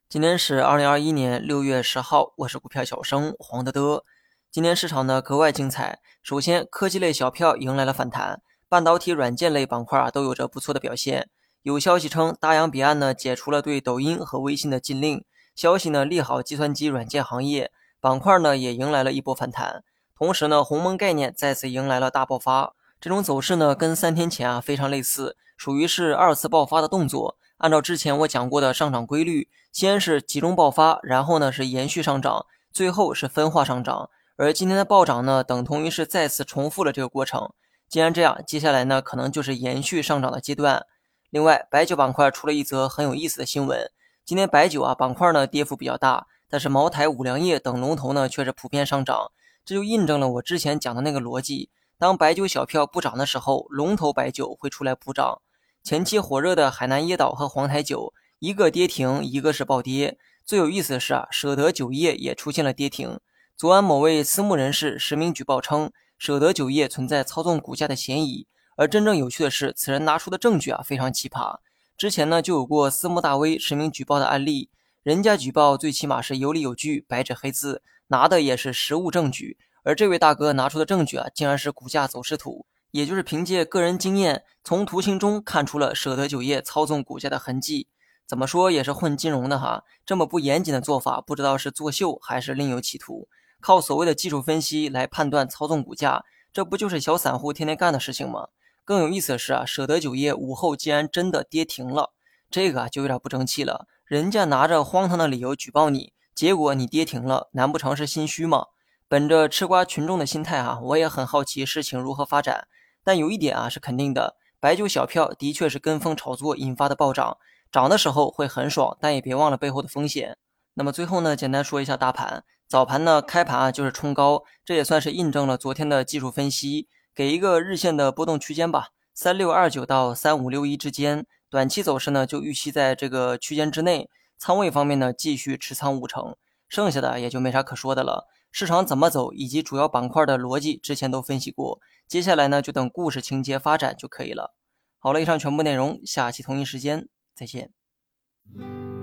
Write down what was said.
今天是2021年6月10号，我是股票小生黄德德。今天市场呢格外精彩，首先科技类小票迎来了反弹，半导体、软件类板块都有着不错的表现。有消息称，大洋彼岸呢解除了对抖音和微信的禁令，消息呢利好计算机软件行业，板块呢也迎来了一波反弹。同时呢，鸿蒙概念再次迎来了大爆发，这种走势呢跟3天前非常类似，属于是二次爆发的动作。按照之前我讲过的上涨规律，先是集中爆发，然后呢是延续上涨，最后是分化上涨。而今天的暴涨呢，等同于是再次重复了这个过程。既然这样，接下来呢可能就是延续上涨的阶段。另外，白酒板块出了一则很有意思的新闻。今天白酒板块呢跌幅比较大，但是茅台、五粮液等龙头呢却是普遍上涨，这就印证了我之前讲的那个逻辑。当白酒小票不涨的时候，龙头白酒会出来补涨。前期火热的海南椰岛和黄台酒，一个跌停，一个是暴跌。最有意思的是舍得酒业也出现了跌停。昨晚某位私募人士实名举报称，舍得酒业存在操纵股价的嫌疑。而真正有趣的是，此人拿出的证据非常奇葩。之前呢就有过私募大 V 实名举报的案例，人家举报最起码是有理有据，白纸黑字，拿的也是实物证据。而这位大哥拿出的证据竟然是股价走势图。也就是凭借个人经验，从图形中看出了舍得酒业操纵股价的痕迹。怎么说也是混金融的哈，这么不严谨的做法，不知道是作秀还是另有企图。靠所谓的技术分析来判断操纵股价，这不就是小散户天天干的事情吗？更有意思的是舍得酒业午后竟然真的跌停了，这个就有点不争气了。人家拿着荒唐的理由举报你，结果你跌停了，难不成是心虚吗？本着吃瓜群众的心态我也很好奇事情如何发展。但有一点是肯定的，白酒小票的确是跟风炒作引发的暴涨，涨的时候会很爽，但也别忘了背后的风险。那么最后呢，简单说一下大盘。早盘呢开盘就是冲高，这也算是印证了昨天的技术分析。给一个日线的波动区间吧，3629到3561之间，短期走势呢就预期在这个区间之内。仓位方面呢继续持仓50%，剩下的也就没啥可说的了。市场怎么走以及主要板块的逻辑之前都分析过，接下来呢就等故事情节发展就可以了。好了，以上全部内容，下期同一时间再见。